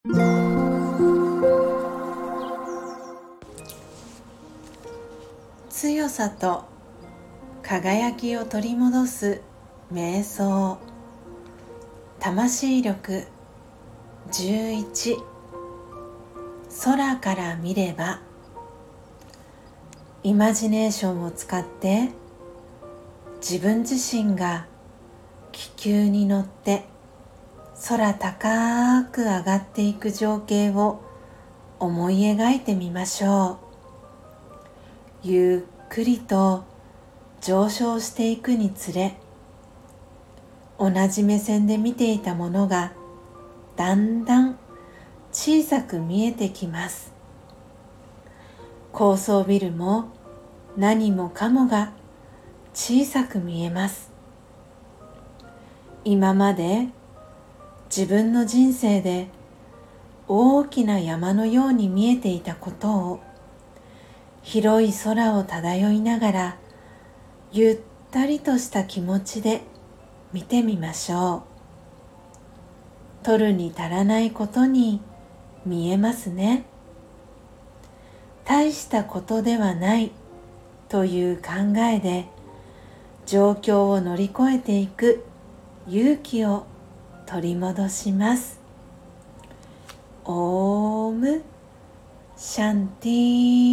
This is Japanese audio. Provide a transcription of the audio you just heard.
強さと輝きを取り戻す瞑想。魂力11。空から見れば。イマジネーションを使って自分自身が気球に乗って空高く上がっていく情景を思い描いてみましょう。ゆっくりと上昇していくにつれ、同じ目線で見ていたものがだんだん小さく見えてきます。高層ビルも何もかもが小さく見えます。今まで自分の人生で大きな山のように見えていたことを、広い空を漂いながらゆったりとした気持ちで見てみましょう。取るに足らないことに見えますね。大したことではないという考えで状況を乗り越えていく勇気を取り戻します。オームシャンティー。